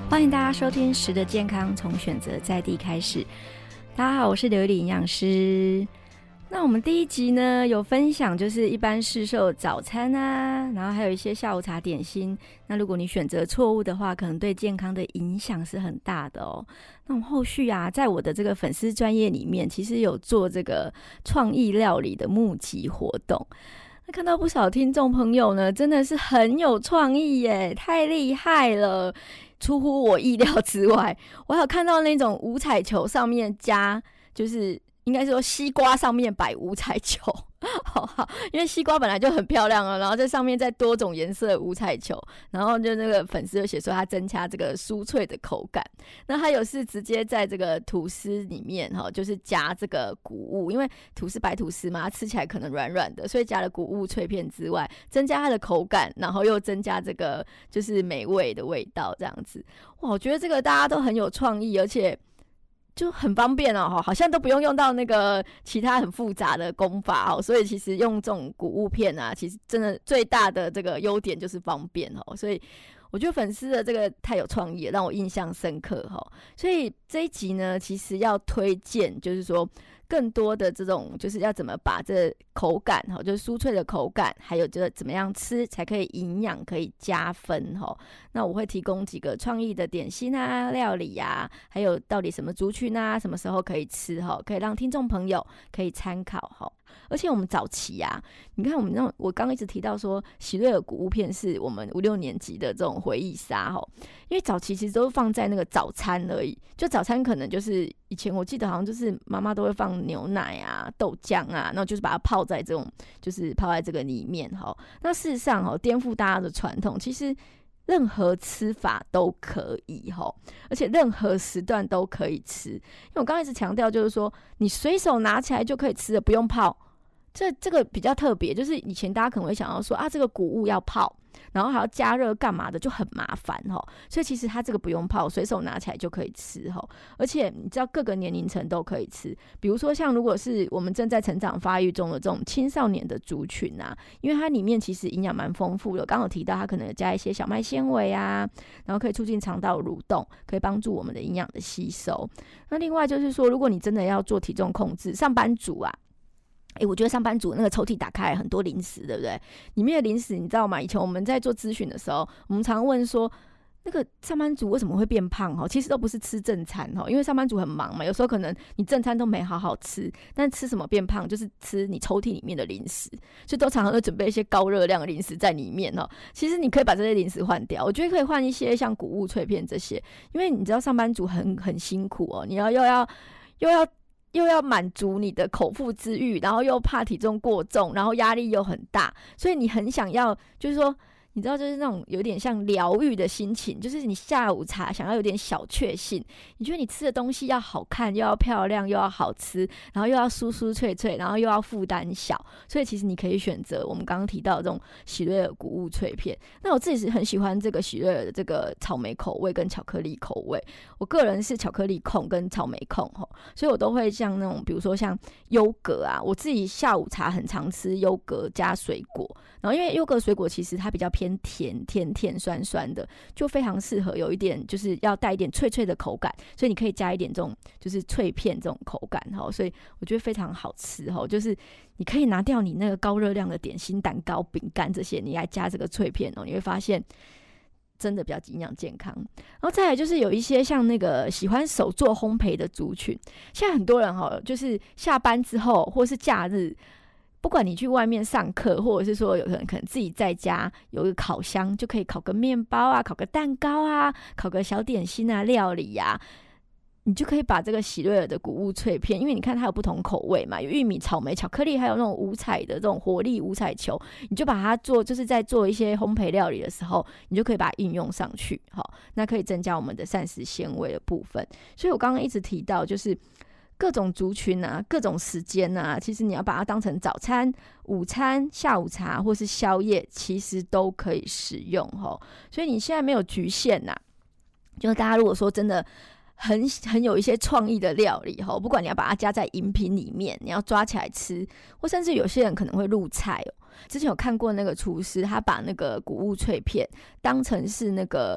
欢迎大家收听食的健康从选择在地开始。大家好，我是刘丽营养师。那我们第一集呢有分享就是一般市售早餐啊，然后还有一些下午茶点心，那如果你选择错误的话，可能对健康的影响是很大的哦。那我们后续啊，在我的这个粉丝专页里面，其实有做这个创意料理的募集活动。那看到不少听众朋友呢，真的是很有创意耶，太厉害了，出乎我意料之外。我还有看到那种五彩球上面加，就是应该说西瓜上面摆五彩球，好，因为西瓜本来就很漂亮了，然后在上面再多种颜色的五彩球，然后就那个粉丝就写说它增加这个酥脆的口感。那还有是直接在这个吐司里面就是加这个谷物，因为吐司白吐司嘛，它吃起来可能软软的，所以加了谷物脆片之外，增加它的口感，然后又增加这个就是美味的味道，这样子。哇，我觉得这个大家都很有创意，而且就很方便哦，好像都不用到那个其他很复杂的功法哦，所以其实用这种谷物片啊，其实真的最大的这个优点就是方便哦，所以我觉得粉丝的这个太有创意了，让我印象深刻哦。所以这一集呢，其实要推荐就是说更多的这种就是要怎么把这口感就是酥脆的口感，还有就是怎么样吃才可以营养可以加分那我会提供几个创意的点心啊料理啊，还有到底什么族群啊什么时候可以吃可以让听众朋友可以参考而且我们早期啊，你看我们那种我刚刚一直提到说喜瑞尔谷物片是我们5、6年级的这种回忆杀因为早期其实都放在那个早餐而已，就早餐可能就是以前我记得好像就是妈妈都会放牛奶啊豆浆啊，然后就是把它泡在这种就是泡在这个里面那事实上颠覆大家的传统，其实任何吃法都可以而且任何时段都可以吃，因为我刚才一直强调就是说你随手拿起来就可以吃的，不用泡。这个比较特别，就是以前大家可能会想要说啊，这个谷物要泡，然后还要加热干嘛的，就很麻烦所以其实它这个不用泡，随手拿起来就可以吃而且你知道各个年龄层都可以吃，比如说像如果是我们正在成长发育中的这种青少年的族群啊，因为它里面其实营养蛮丰富的，刚好提到它可能有加一些小麦纤维啊，然后可以促进肠道蠕动，可以帮助我们的营养的吸收。那另外就是说，如果你真的要做体重控制，上班族啊，我觉得上班族那个抽屉打开很多零食，对不对？里面的零食你知道吗？以前我们在做咨询的时候，我们常问说那个上班族为什么会变胖其实都不是吃正餐因为上班族很忙嘛，有时候可能你正餐都没好好吃，但吃什么变胖就是吃你抽屉里面的零食，所以都常常会准备一些高热量的零食在里面其实你可以把这些零食换掉，我觉得可以换一些像谷物脆片这些，因为你知道上班族很辛苦你又要满足你的口腹之欲，然后又怕体重过重，然后压力又很大，所以你很想要就是说你知道就是那种有点像疗愈的心情，就是你下午茶想要有点小确幸，你觉得你吃的东西要好看又要漂亮又要好吃，然后又要酥酥脆脆，然后又要负担小，所以其实你可以选择我们刚刚提到的这种喜瑞尔谷物脆片。那我自己是很喜欢这个喜瑞尔的这个草莓口味跟巧克力口味，我个人是巧克力控跟草莓控所以我都会像那种比如说像优格啊，我自己下午茶很常吃优格加水果，然后因为优格水果其实它比较偏甜酸酸的，就非常适合有一点就是要带一点脆脆的口感，所以你可以加一点这种就是脆片这种口感所以我觉得非常好吃就是你可以拿掉你那个高热量的点心蛋糕饼干这些，你来加这个脆片你会发现真的比较营养健康。然后再来就是有一些像那个喜欢手做烘焙的族群，现在很多人就是下班之后或是假日，不管你去外面上课，或者是说有人可能自己在家有一个烤箱，就可以烤个面包啊，烤个蛋糕啊，烤个小点心啊，料理啊，你就可以把这个喜瑞尔的谷物脆片，因为你看它有不同口味嘛，有玉米、草莓、巧克力，还有那种五彩的这种活力五彩球，你就把它做，就是在做一些烘焙料理的时候，你就可以把它应用上去，那可以增加我们的膳食纤维的部分。所以我刚刚一直提到，就是各种族群啊，各种时间啊，其实你要把它当成早餐、午餐、下午茶或是宵夜，其实都可以使用所以你现在没有局限就是大家如果说真的很有一些创意的料理不管你要把它加在饮品里面，你要抓起来吃，或甚至有些人可能会入菜之前有看过那个厨师，他把那个谷物脆片当成是那个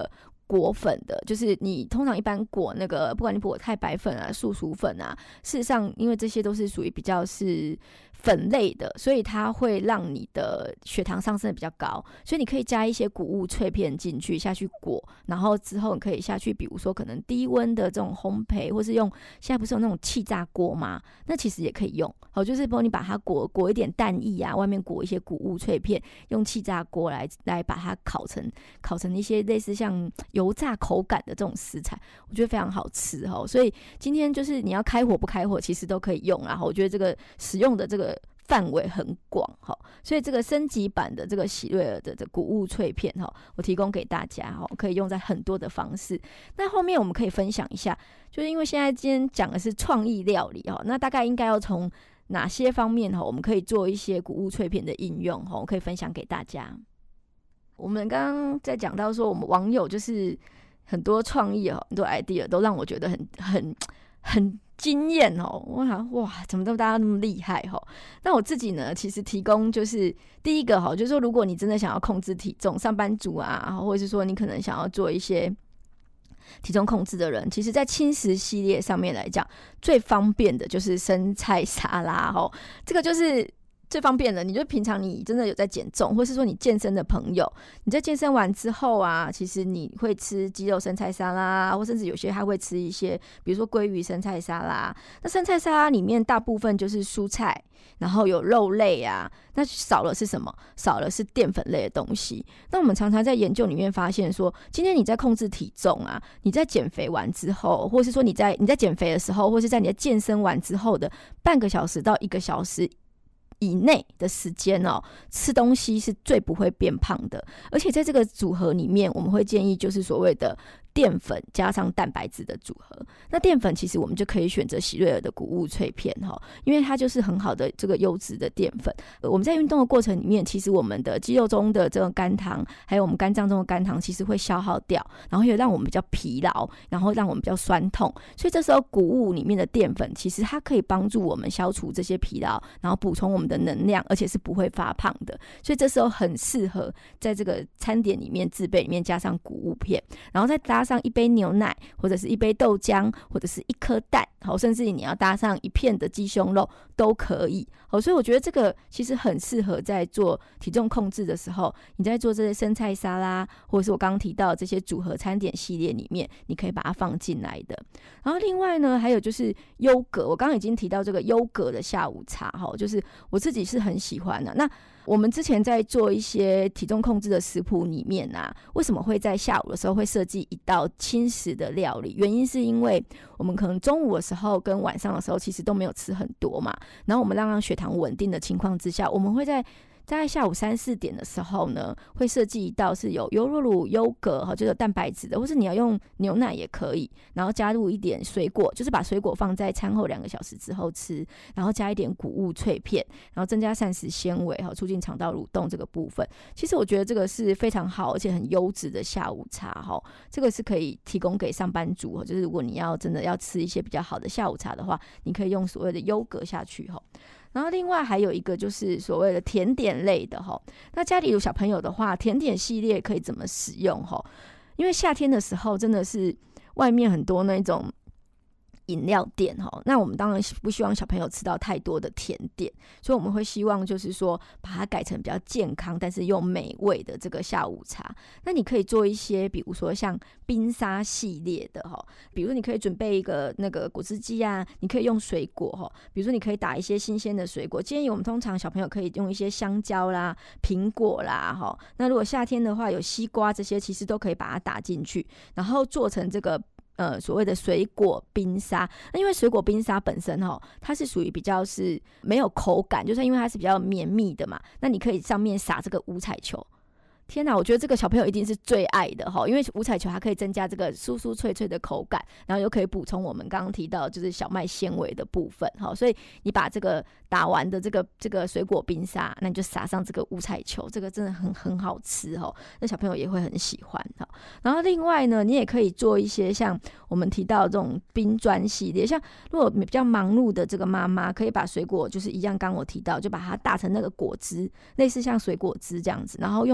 果粉的，就是你通常一般果那个，不管你果太白粉啊、素薯粉啊，事实上因为这些都是属于比较是粉类的，所以它会让你的血糖上升的比较高，所以你可以加一些谷物脆片进去下去裹，然后之后你可以下去，比如说可能低温的这种烘焙，或是用现在不是有那种气炸锅吗？那其实也可以用，好，就是帮你把它裹一点蛋液啊，外面裹一些谷物脆片，用气炸锅来把它烤成一些类似像油炸口感的这种食材，我觉得非常好吃哦。所以今天就是你要开火不开火，其实都可以用，然后我觉得这个使用的这个范围很广，所以这个升级版的这个喜瑞尔的谷物脆片我提供给大家，可以用在很多的方式。那后面我们可以分享一下，就是因为现在今天讲的是创意料理，那大概应该要从哪些方面我们可以做一些谷物脆片的应用，我可以分享给大家。我们刚刚在讲到说，我们网友就是很多创意很多 idea 都让我觉得很惊艳哇，怎么都大家那么厉害那我自己呢，其实提供就是第一个就是说，如果你真的想要控制体重，上班族啊，或者是说你可能想要做一些体重控制的人，其实在轻食系列上面来讲，最方便的就是生菜沙拉这个就是最方便的。你就平常你真的有在减重，或是说你健身的朋友，你在健身完之后啊，其实你会吃鸡肉生菜沙拉，或甚至有些还会吃一些比如说鲑鱼生菜沙拉。那生菜沙拉里面大部分就是蔬菜，然后有肉类啊，那少了是什么？少了是淀粉类的东西。那我们常常在研究里面发现说，今天你在控制体重啊，你在减肥完之后，或是说你在减肥的时候，或是在你的健身完之后的半个小时到1个小时以内的时间吃东西是最不会变胖的。而且在这个组合里面，我们会建议就是所谓的淀粉加上蛋白质的组合。那淀粉其实我们就可以选择喜瑞尔的谷物脆片因为它就是很好的这个优质的淀粉。我们在运动的过程里面，其实我们的肌肉中的这个肝糖，还有我们肝脏中的肝糖，其实会消耗掉，然后也让我们比较疲劳，然后让我们比较酸痛。所以这时候谷物里面的淀粉，其实它可以帮助我们消除这些疲劳，然后补充我们的能量，而且是不会发胖的。所以这时候很适合在这个餐点里面自备，里面加上谷物片，然后再搭上一杯牛奶，或者是一杯豆浆，或者是一颗蛋，甚至你要搭上一片的鸡胸肉都可以。所以我觉得这个其实很适合在做体重控制的时候，你在做这些生菜沙拉，或者是我刚刚提到的这些组合餐点系列里面，你可以把它放进来的。然后另外呢，还有就是优格，我刚刚已经提到这个优格的下午茶，就是我自己是很喜欢的。那我们之前在做一些体重控制的食谱里面啊，为什么会在下午的时候会设计一道轻食的料理？原因是因为我们可能中午的时候跟晚上的时候其实都没有吃很多嘛，然后我们让血糖稳定的情况之下，我们会在大概下午3、4点的时候呢，会设计一道是有优酪乳、优格就是有蛋白质的，或是你要用牛奶也可以，然后加入一点水果，就是把水果放在餐后2个小时之后吃，然后加一点谷物脆片，然后增加膳食纤维，促进肠道蠕动这个部分。其实我觉得这个是非常好而且很优质的下午茶，这个是可以提供给上班族，就是如果你要真的要吃一些比较好的下午茶的话，你可以用所谓的优格下去。然后另外还有一个就是所谓的甜点类的那家里有小朋友的话，甜点系列可以怎么使用因为夏天的时候真的是外面很多那种饮料店那我们当然不希望小朋友吃到太多的甜点，所以我们会希望就是说把它改成比较健康但是又美味的这个下午茶。那你可以做一些比如说像冰沙系列的比如说你可以准备一个那个果汁机啊，你可以用水果比如说你可以打一些新鲜的水果，建议我们通常小朋友可以用一些香蕉啦、苹果啦那如果夏天的话有西瓜，这些其实都可以把它打进去，然后做成这个所谓的水果冰沙。那因为水果冰沙本身它是属于比较是没有口感，就是因为它是比较绵密的嘛，那你可以上面撒这个五彩球。天哪，我觉得这个小朋友一定是最爱的因为五彩球它可以增加这个酥酥脆脆的口感，然后又可以补充我们刚刚提到就是小麦纤维的部分所以你把这个打完的这个水果冰沙，那你就撒上这个五彩球，这个真的很好吃那小朋友也会很喜欢然后另外呢，你也可以做一些像我们提到这种冰砖系列，像如果比较忙碌的这个妈妈，可以把水果就是一样，刚我提到就把它打成那个果汁，类似像水果汁这样子，然后用那个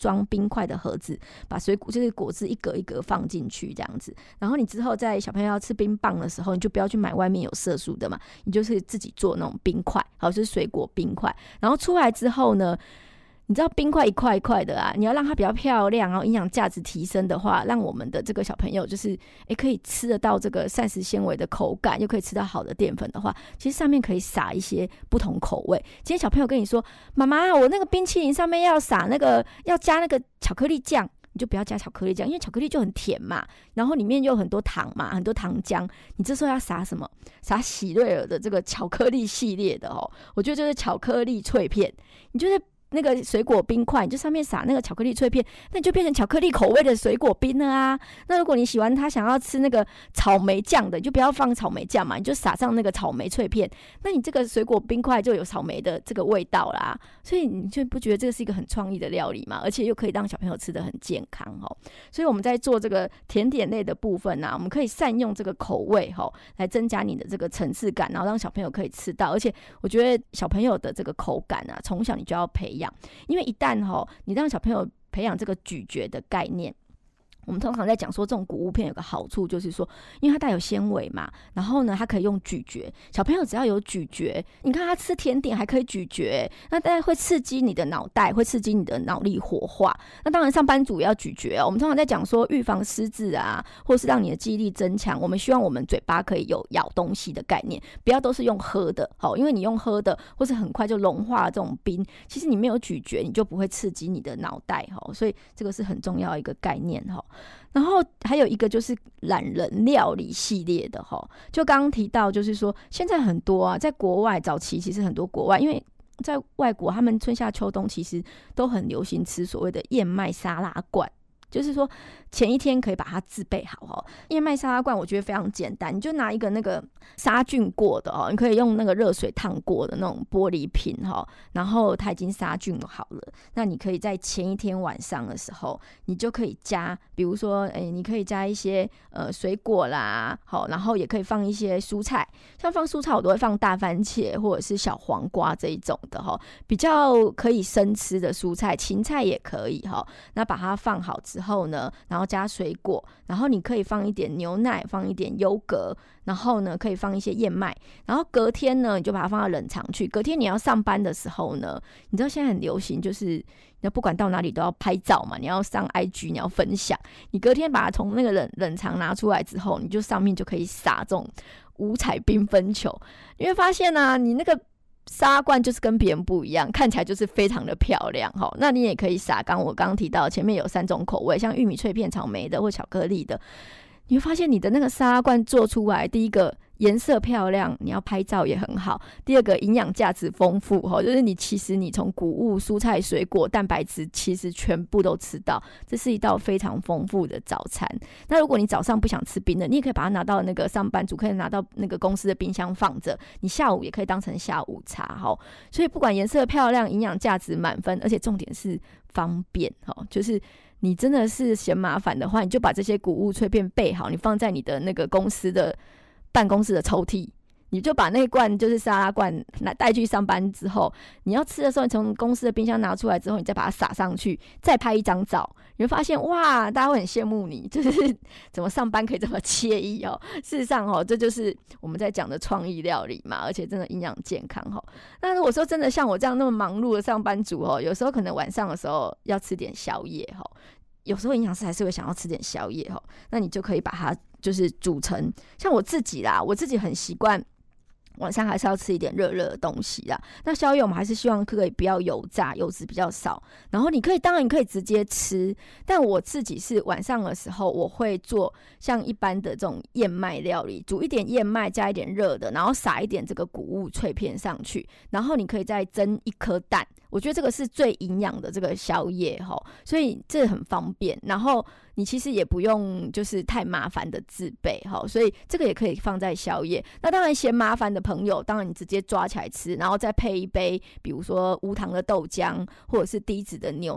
装冰块的盒子，把水果就是果汁一格一格放进去这样子。然后你之后在小朋友要吃冰棒的时候，你就不要去买外面有色素的嘛，你就是自己做那种冰块，好，就是水果冰块。然后出来之后呢，你知道冰块一块一块的啊，你要让它比较漂亮，然后营养价值提升的话，让我们的这个小朋友就是可以吃得到这个膳食纤维的口感，又可以吃到好的淀粉的话，其实上面可以撒一些不同口味。今天小朋友跟你说，妈妈，我那个冰淇淋上面要撒那个要加那个巧克力酱，你就不要加巧克力酱，因为巧克力就很甜嘛，然后里面又很多糖嘛，很多糖浆。你这时候要撒什么？撒喜瑞尔的这个巧克力系列的哦，我觉得就是巧克力脆片。你就是那个水果冰块，你就上面撒那个巧克力脆片，那你就变成巧克力口味的水果冰了啊。那如果你喜欢他想要吃那个草莓酱的，你就不要放草莓酱嘛，你就撒上那个草莓脆片，那你这个水果冰块就有草莓的这个味道啦。所以你就不觉得这个是一个很创意的料理嘛？而且又可以让小朋友吃得很健康哦。所以我们在做这个甜点类的部分啊，我们可以善用这个口味来增加你的这个层次感，然后让小朋友可以吃到。而且我觉得小朋友的这个口感啊，从小你就要培养，因为一旦你让小朋友培养这个咀嚼的概念，我们通常在讲说这种谷物片有个好处就是说，因为它带有纤维嘛，然后呢它可以用咀嚼，小朋友只要有咀嚼，你看他吃甜点还可以咀嚼，那当然会刺激你的脑袋，会刺激你的脑力活化。那当然上班族也要咀嚼我们通常在讲说预防失智啊，或是让你的记忆力增强，我们希望我们嘴巴可以有咬东西的概念，不要都是用喝的因为你用喝的或是很快就融化这种冰，其实你没有咀嚼，你就不会刺激你的脑袋所以这个是很重要的一个概念然后还有一个就是懒人料理系列的就刚刚提到就是说现在很多啊，在国外早期其实很多国外，因为在外国他们春夏秋冬其实都很流行吃所谓的燕麦沙拉罐，就是说前一天可以把它自备好燕麦沙拉罐我觉得非常简单，你就拿一个那个杀菌过的你可以用那个热水烫过的那种玻璃瓶然后它已经杀菌好了，那你可以在前一天晚上的时候，你就可以加，比如说你可以加一些水果啦然后也可以放一些蔬菜，像放蔬菜我都会放大番茄或者是小黄瓜这一种的比较可以生吃的蔬菜，芹菜也可以那把它放好之后呢，然后加水果，然后你可以放一点牛奶，放一点优格，然后呢可以放一些燕麦，然后隔天呢你就把它放到冷藏去，隔天你要上班的时候呢，你知道现在很流行就是你不管到哪里都要拍照嘛，你要上 IG 你要分享，你隔天把它从那个冷藏拿出来之后，你就上面就可以撒这种五彩缤纷球，你会发现啊，你那个沙拉罐就是跟别人不一样，看起来就是非常的漂亮那你也可以撒我刚刚提到前面有3种口味，像玉米脆片、草莓的或巧克力的，你会发现你的那个沙拉罐做出来，第一个颜色漂亮，你要拍照也很好，第二个营养价值丰富就是其实你从谷物、蔬菜、水果、蛋白质其实全部都吃到，这是一道非常丰富的早餐。那如果你早上不想吃冰的，你也可以把它拿到那个上班族可以拿到那个公司的冰箱放着，你下午也可以当成下午茶所以不管颜色漂亮，营养价值满分，而且重点是方便就是你真的是嫌麻烦的话，你就把这些谷物脆片备好，你放在你的那个公司的办公室的抽屉，你就把那一罐就是沙拉罐带去上班之后，你要吃的时候，你从公司的冰箱拿出来之后，你再把它撒上去，再拍一张照，你会发现哇，大家会很羡慕你，就是怎么上班可以这么惬意事实上这就是我们在讲的创意料理嘛，而且真的营养健康那如果说真的像我这样那么忙碌的上班族有时候可能晚上的时候要吃点宵夜有时候营养师还是会想要吃点宵夜那你就可以把它就是煮成，像我自己啦，我自己很习惯晚上还是要吃一点热热的东西啦。那宵夜我们还是希望可以不要油炸，油脂比较少。然后当然你可以直接吃，但我自己是晚上的时候我会做像一般的这种燕麦料理，煮一点燕麦加一点热的，然后撒一点这个谷物脆片上去，然后你可以再蒸一颗蛋。我觉得这个是最营养的这个宵夜所以这很方便。然后你其实也不用就是太麻烦的自备所以这个也可以放在宵夜。那当然嫌麻烦的朋友，当然你直接抓起来吃，然后再配一杯比如说无糖的豆浆或者是低脂的牛奶，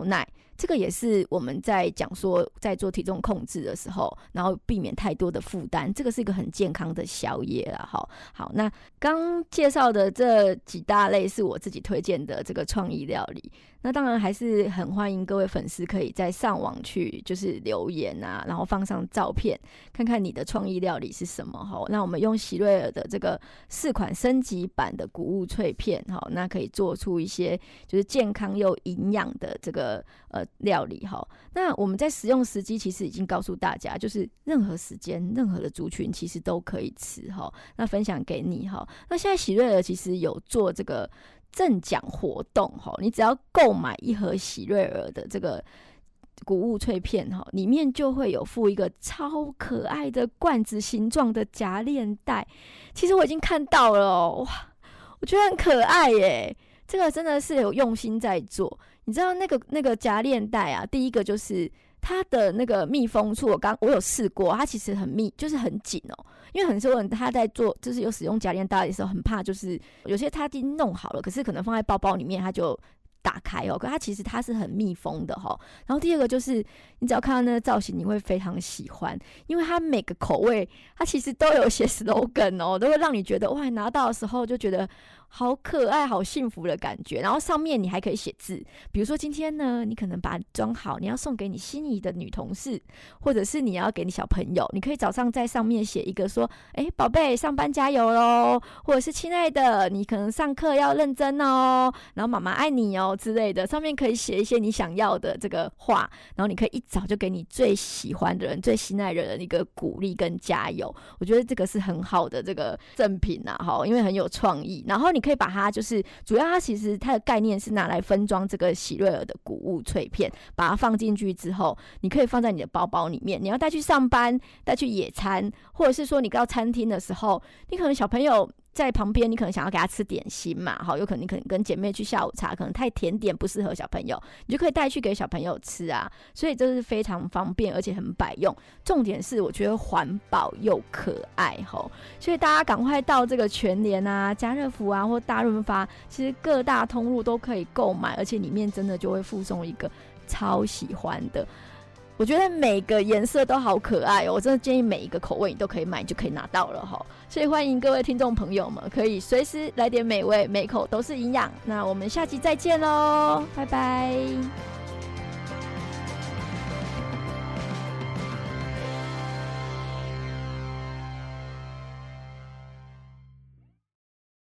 这个也是我们在讲说在做体重控制的时候，然后避免太多的负担，这个是一个很健康的宵夜啦。好，那刚介绍的这几大类是我自己推荐的这个创意料理，那当然还是很欢迎各位粉丝可以在上网去就是留言啊，然后放上照片，看看你的创意料理是什么。那我们用喜瑞尔的这个4款升级版的谷物脆片，那可以做出一些就是健康又营养的这个料理。那我们在使用时机其实已经告诉大家，就是任何时间任何的族群其实都可以吃。那分享给你。那现在喜瑞尔其实有做这个赠奖活动，你只要购买1盒喜瑞尔的这个谷物脆片，里面就会有附一个超可爱的罐子形状的夹链袋。其实我已经看到了哇，我觉得很可爱耶，这个真的是有用心在做。你知道那个夹链袋啊，第一个就是它的那个密封处，我有试过，它其实很密，就是很紧哦。因为很多人他在做就是有使用夹链袋的时候，很怕就是有些他已经弄好了，可是可能放在包包里面他就打开可它其实它是很密封的然后第二个就是你只要看到那个造型，你会非常喜欢，因为它每个口味它其实都有写 slogan 都会让你觉得哇，拿到的时候就觉得好可爱好幸福的感觉。然后上面你还可以写字，比如说今天呢你可能把它装好，你要送给你心仪的女同事，或者是你要给你小朋友，你可以早上在上面写一个说宝贝上班加油咯，或者是亲爱的你可能上课要认真哦，然后妈妈爱你哦之类的，上面可以写一些你想要的这个话，然后你可以一早就给你最喜欢的人最心爱的人一个鼓励跟加油。我觉得这个是很好的这个赠品因为很有创意。然后你可以把它就是主要它其实它的概念是拿来分装这个喜瑞尔的谷物脆片，把它放进去之后你可以放在你的包包里面，你要带去上班带去野餐，或者是说你到餐厅的时候，你可能小朋友在旁边，你可能想要给他吃点心嘛，有可能你可能跟姐妹去下午茶，可能太甜点不适合小朋友，你就可以带去给小朋友吃啊。所以这是非常方便而且很百用，重点是我觉得环保又可爱所以大家赶快到这个全联啊、家乐福啊或大润发，其实各大通路都可以购买，而且里面真的就会附送一个超喜欢的。我觉得每个颜色都好可爱我真的建议每一个口味你都可以买，就可以拿到了所以欢迎各位听众朋友们可以随时来点美味，每口都是营养。那我们下集再见咯，拜拜。